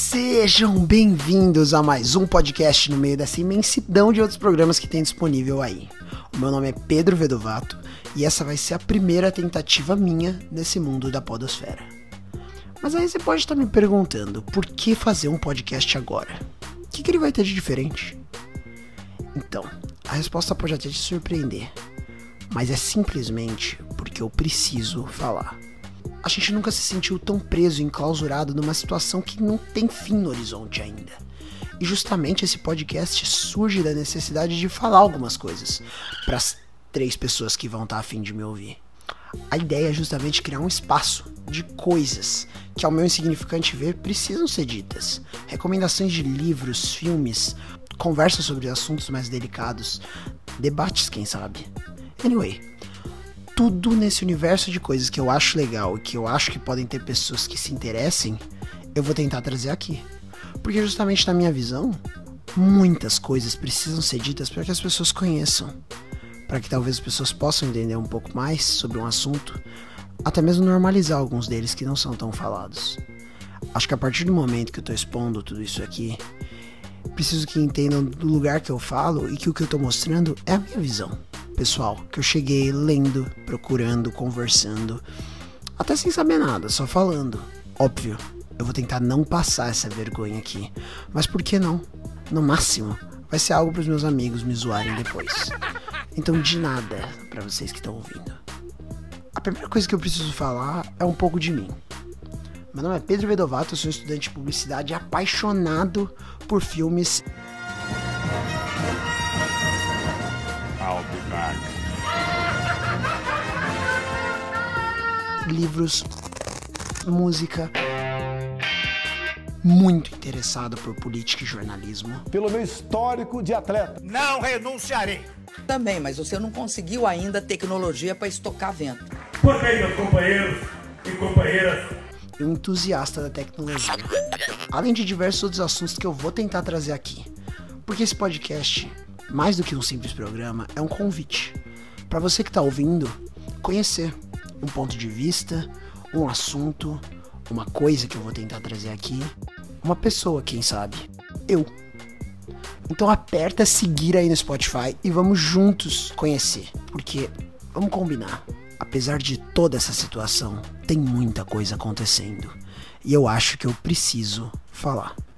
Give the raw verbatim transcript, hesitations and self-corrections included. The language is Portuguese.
Sejam bem-vindos a mais um podcast no meio dessa imensidão de outros programas que tem disponível aí. O meu nome é Pedro Vedovato e essa vai ser a primeira tentativa minha nesse mundo da podosfera. Mas aí você pode estar me perguntando, por que fazer um podcast agora? O que, que ele vai ter de diferente? Então, a resposta pode até te surpreender, mas é simplesmente porque eu preciso falar. A gente nunca se sentiu tão preso e enclausurado numa situação que não tem fim no horizonte ainda. E justamente esse podcast surge da necessidade de falar algumas coisas para as três pessoas que vão estar a fim de me ouvir. A ideia é justamente criar um espaço de coisas que, ao meu insignificante ver, precisam ser ditas. Recomendações de livros, filmes, conversas sobre assuntos mais delicados, debates, quem sabe. Anyway, tudo nesse universo de coisas que eu acho legal e que eu acho que podem ter pessoas que se interessem, eu vou tentar trazer aqui. Porque justamente na minha visão, muitas coisas precisam ser ditas para que as pessoas conheçam. Para que talvez as pessoas possam entender um pouco mais sobre um assunto, até mesmo normalizar alguns deles que não são tão falados. Acho que a partir do momento que eu estou expondo tudo isso aqui, preciso que entendam do lugar que eu falo e que o que eu estou mostrando é a minha visão pessoal, que eu cheguei lendo, procurando, conversando, até sem saber nada, só falando. Óbvio, eu vou tentar não passar essa vergonha aqui, mas por que não? No máximo, vai ser algo para os meus amigos me zoarem depois. Então, de nada para vocês que estão ouvindo. A primeira coisa que eu preciso falar é um pouco de mim. Meu nome é Pedro Vedovato, eu sou estudante de publicidade apaixonado por filmes. I'll be back. Livros, música. Muito interessado por política e jornalismo. Pelo meu histórico de atleta. Não renunciarei. Também, mas você não conseguiu ainda tecnologia para estocar vento. Por bem, meus companheiros e companheiras. E um entusiasta da tecnologia. Além de diversos outros assuntos que eu vou tentar trazer aqui. Porque esse podcast, mais do que um simples programa, é um convite para você que está ouvindo conhecer um ponto de vista, um assunto, uma coisa que eu vou tentar trazer aqui, uma pessoa, quem sabe, eu. Então aperta seguir aí no Spotify e vamos juntos conhecer, porque, vamos combinar, apesar de toda essa situação, tem muita coisa acontecendo e eu acho que eu preciso falar.